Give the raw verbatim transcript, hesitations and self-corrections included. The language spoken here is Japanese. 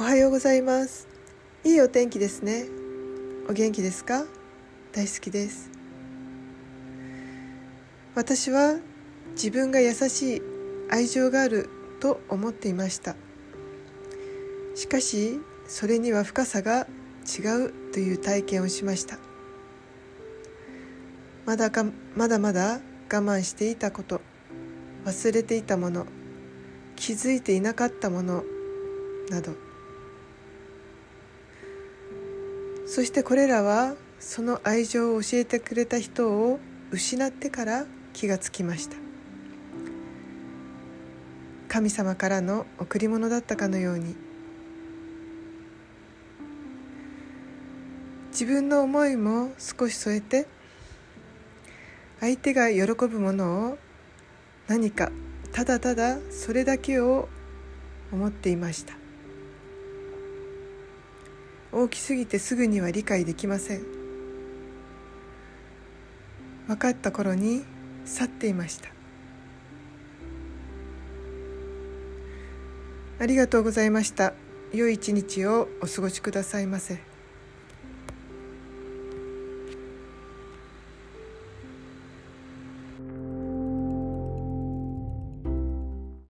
おはようございます。いいお天気ですね。お元気ですか？大好きです。私は自分が優しい、愛情があると思っていました。しかしそれには深さが違うという体験をしました。まだかまだまだ我慢していたこと、忘れていたもの、気づいていなかったものなど、そしてこれらはその愛情を教えてくれた人を失ってから気がつきました。神様からの贈り物だったかのように、自分の思いも少し添えて、相手が喜ぶものを何かただただそれだけを思っていました。大きすぎてすぐには理解できません。分かった頃に去っていました。ありがとうございました。良い一日をお過ごしくださいませ。